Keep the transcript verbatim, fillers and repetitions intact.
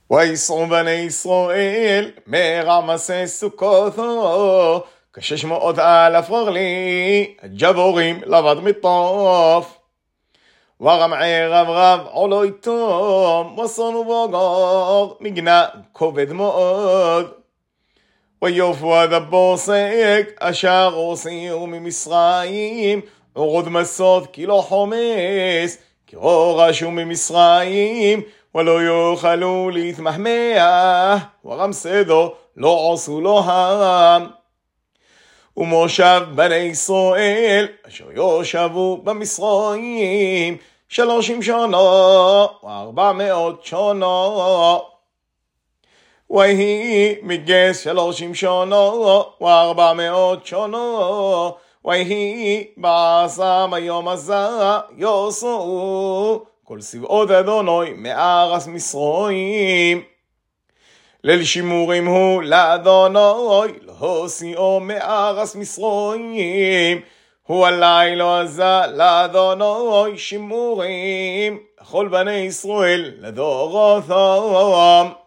ויסעו בני ישראל מרמסי סוכותו כשש מאות אלף רגלי הג'בורים לבד מטוף ורמעי רב רב עולו איתו מסון ובוגר מגנה כובד מאוד ויופו עד הבוסק אשר הוציאו ממצרים ורוד מסות כי לא חומס כי הורשו ממצרים ולא יוכלו להתמהמה ורמסדו לא עשו לו העם ומושב בני ישראל אשר יושבו במצרים שלושים שנה וארבע מאות שנה ויהי מגס שלושים שנה וארבע מאות שנה ויהי בעשם היום הזה יוסעו כל צבאות אדוני מארץ מצרים ליל שימורים הוא לאדוני להוציאו מארץ מצרים הוא הלילה הזה לאדוני שימורים לכל בני ישראל לדורותם.